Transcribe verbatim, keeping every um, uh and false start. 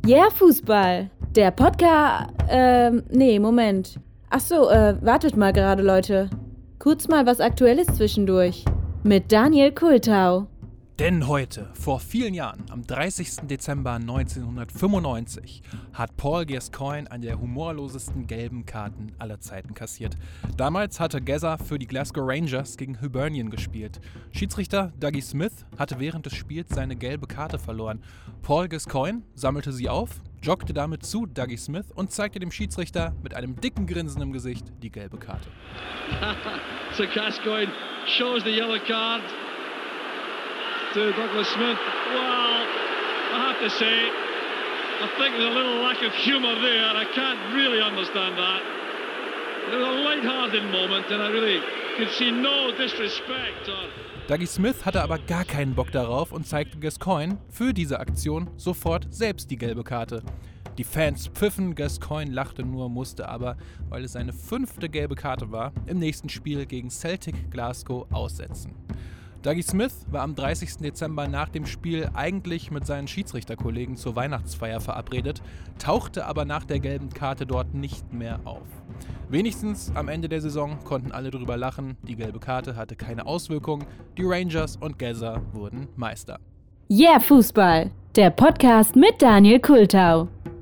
Yeah, Fußball. Der Podcast. Ähm, nee, Moment. Ach so, äh, wartet mal gerade, Leute. Kurz mal was Aktuelles zwischendurch. Mit Daniel Kultau. Denn heute, vor vielen Jahren, am dreißigsten Dezember neunzehnhundertfünfundneunzig, hat Paul Gascoigne eine der humorlosesten gelben Karten aller Zeiten kassiert. Damals hatte Gazza für die Glasgow Rangers gegen Hibernian gespielt. Schiedsrichter Dougie Smith hatte während des Spiels seine gelbe Karte verloren. Paul Gascoigne sammelte sie auf, joggte damit zu Dougie Smith und zeigte dem Schiedsrichter mit einem dicken Grinsen im Gesicht die gelbe Karte. So Gascoigne shows the yellow card to Douglas Smith. Well, I have to say, I think there's a little lack of humour there. I can't really understand that. It was a light-hearted moment and I really could see no disrespect. Or Dougie Smith hatte aber gar keinen Bock darauf und zeigte Gascoigne für diese Aktion sofort selbst die gelbe Karte. Die Fans pfiffen, Gascoigne lachte nur, musste aber, weil es seine fünfte gelbe Karte war, im nächsten Spiel gegen Celtic Glasgow aussetzen. Dougie Smith war am dreißigsten Dezember nach dem Spiel eigentlich mit seinen Schiedsrichterkollegen zur Weihnachtsfeier verabredet, tauchte aber nach der gelben Karte dort nicht mehr auf. Wenigstens am Ende der Saison konnten alle drüber lachen, die gelbe Karte hatte keine Auswirkungen, die Rangers und Gazza wurden Meister. Yeah, Fußball. Der Podcast mit Daniel Kultau.